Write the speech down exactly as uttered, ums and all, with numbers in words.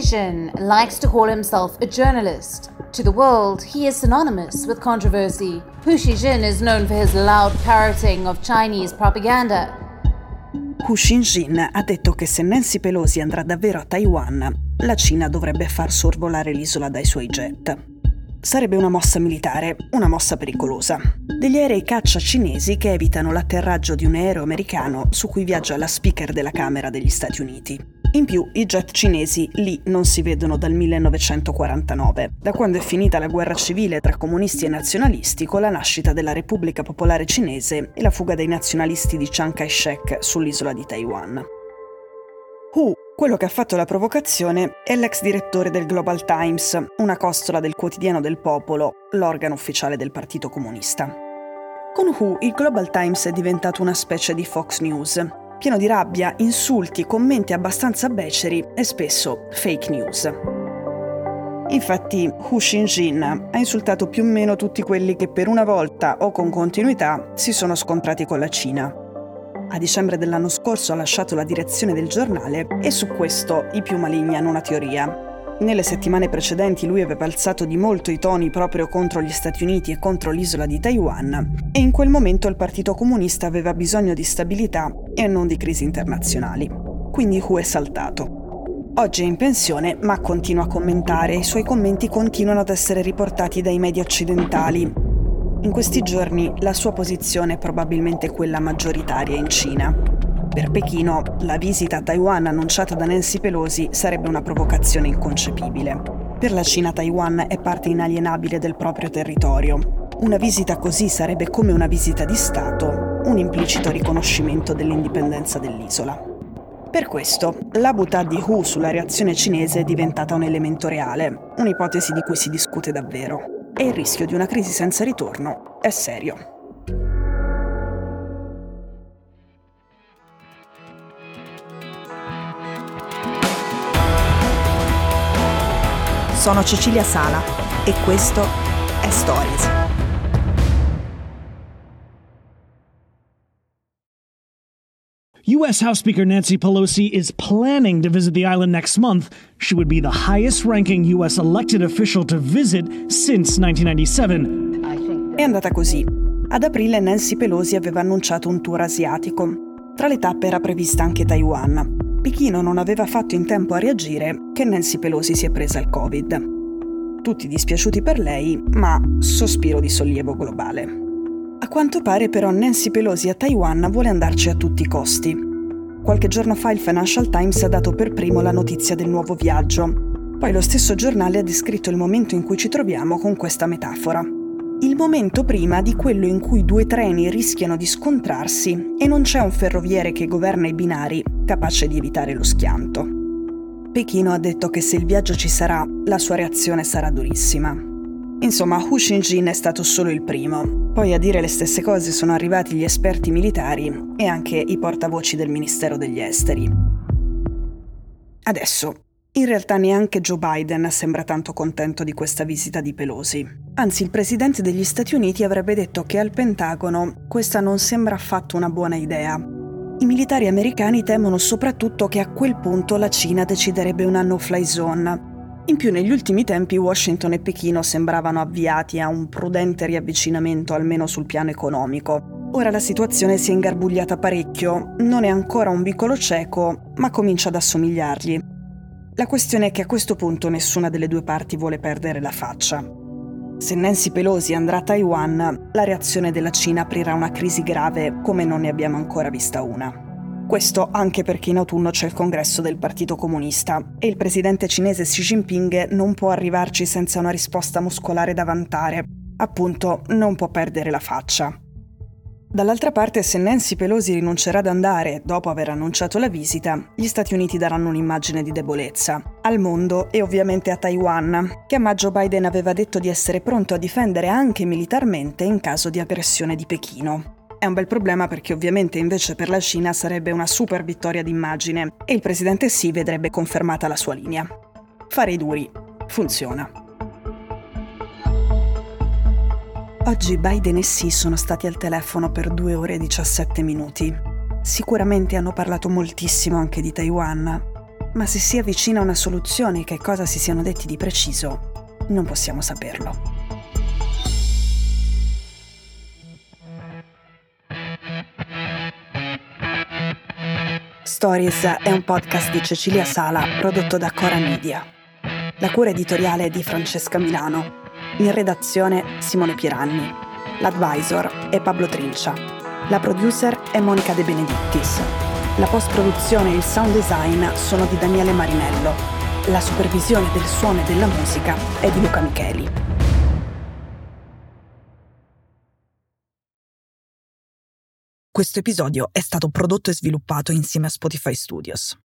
Xijin likes to call himself a journalist. To the world, he is synonymous with controversy. Hu Xijin is known for his loud parroting of Chinese propaganda. Hu Xijin ha detto che se Nancy Pelosi andrà davvero a Taiwan, la Cina dovrebbe far sorvolare l'isola dai suoi jet. Sarebbe una mossa militare, una mossa pericolosa. Degli aerei caccia cinesi che evitano l'atterraggio di un aereo americano su cui viaggia la speaker della Camera degli Stati Uniti. In più, i jet cinesi lì non si vedono dal millenovecentoquarantanove, da quando è finita la guerra civile tra comunisti e nazionalisti con la nascita della Repubblica Popolare Cinese e la fuga dei nazionalisti di Chiang Kai-shek sull'isola di Taiwan. Hu, quello che ha fatto la provocazione, è l'ex direttore del Global Times, una costola del quotidiano del popolo, l'organo ufficiale del Partito Comunista. Con Hu, il Global Times è diventato una specie di Fox News, pieno di rabbia, insulti, commenti abbastanza beceri e spesso fake news. Infatti, Hu Xijin ha insultato più o meno tutti quelli che per una volta o con continuità si sono scontrati con la Cina. A dicembre dell'anno scorso ha lasciato la direzione del giornale e su questo i più maligni hanno una teoria. Nelle settimane precedenti lui aveva alzato di molto i toni proprio contro gli Stati Uniti e contro l'isola di Taiwan e in quel momento il Partito Comunista aveva bisogno di stabilità e non di crisi internazionali. Quindi Hu è saltato. Oggi è in pensione ma continua a commentare e i suoi commenti continuano ad essere riportati dai media occidentali. In questi giorni la sua posizione è probabilmente quella maggioritaria in Cina. Per Pechino, la visita a Taiwan annunciata da Nancy Pelosi sarebbe una provocazione inconcepibile. Per la Cina Taiwan è parte inalienabile del proprio territorio. Una visita così sarebbe come una visita di Stato, un implicito riconoscimento dell'indipendenza dell'isola. Per questo, la boutade di Hu sulla reazione cinese è diventata un elemento reale, un'ipotesi di cui si discute davvero. E il rischio di una crisi senza ritorno è serio. Sono Cecilia Sala e questo è Stories. U S House Speaker Nancy Pelosi is planning to visit the island next month. She would be the highest-ranking U S elected official to visit since nineteen ninety-seven. È andata così. Ad aprile Nancy Pelosi aveva annunciato un tour asiatico. Tra le tappe era prevista anche Taiwan. Pechino non aveva fatto in tempo a reagire che Nancy Pelosi si è presa il Covid. Tutti dispiaciuti per lei, ma sospiro di sollievo globale. A quanto pare però Nancy Pelosi a Taiwan vuole andarci a tutti i costi. Qualche giorno fa il Financial Times ha dato per primo la notizia del nuovo viaggio. Poi lo stesso giornale ha descritto il momento in cui ci troviamo con questa metafora. Il momento prima di quello in cui due treni rischiano di scontrarsi e non c'è un ferroviere che governa i binari capace di evitare lo schianto. Pechino ha detto che se il viaggio ci sarà, la sua reazione sarà durissima. Insomma, Hu Xijin è stato solo il primo. Poi a dire le stesse cose sono arrivati gli esperti militari e anche i portavoci del Ministero degli Esteri. Adesso, in realtà neanche Joe Biden sembra tanto contento di questa visita di Pelosi. Anzi, il presidente degli Stati Uniti avrebbe detto che al Pentagono questa non sembra affatto una buona idea. I militari americani temono soprattutto che a quel punto la Cina deciderebbe una no-fly zone. In più, negli ultimi tempi Washington e Pechino sembravano avviati a un prudente riavvicinamento almeno sul piano economico. Ora la situazione si è ingarbugliata parecchio, non è ancora un vicolo cieco, ma comincia ad assomigliargli. La questione è che a questo punto nessuna delle due parti vuole perdere la faccia. Se Nancy Pelosi andrà a Taiwan, la reazione della Cina aprirà una crisi grave come non ne abbiamo ancora vista una. Questo anche perché in autunno c'è il congresso del Partito Comunista e il presidente cinese Xi Jinping non può arrivarci senza una risposta muscolare da vantare. Appunto, non può perdere la faccia. Dall'altra parte, se Nancy Pelosi rinuncerà ad andare dopo aver annunciato la visita, gli Stati Uniti daranno un'immagine di debolezza al mondo e ovviamente a Taiwan, che a maggio Biden aveva detto di essere pronto a difendere anche militarmente in caso di aggressione di Pechino. È un bel problema perché ovviamente invece per la Cina sarebbe una super vittoria d'immagine e il presidente Xi vedrebbe confermata la sua linea. Fare i duri funziona. Oggi Biden e Xi sono stati al telefono per due ore e diciassette minuti. Sicuramente hanno parlato moltissimo anche di Taiwan. ma se si avvicina una soluzione e che cosa si siano detti di preciso, non possiamo saperlo. Stories è un podcast di Cecilia Sala prodotto da Cora Media. La cura editoriale è di Francesca Milano. In redazione Simone Pieranni. L'advisor è Pablo Trincia. La producer è Monica De Benedictis. La post-produzione e il sound design sono di Daniele Marinello. La supervisione del suono e della musica è di Luca Micheli. Questo episodio è stato prodotto e sviluppato insieme a Spotify Studios.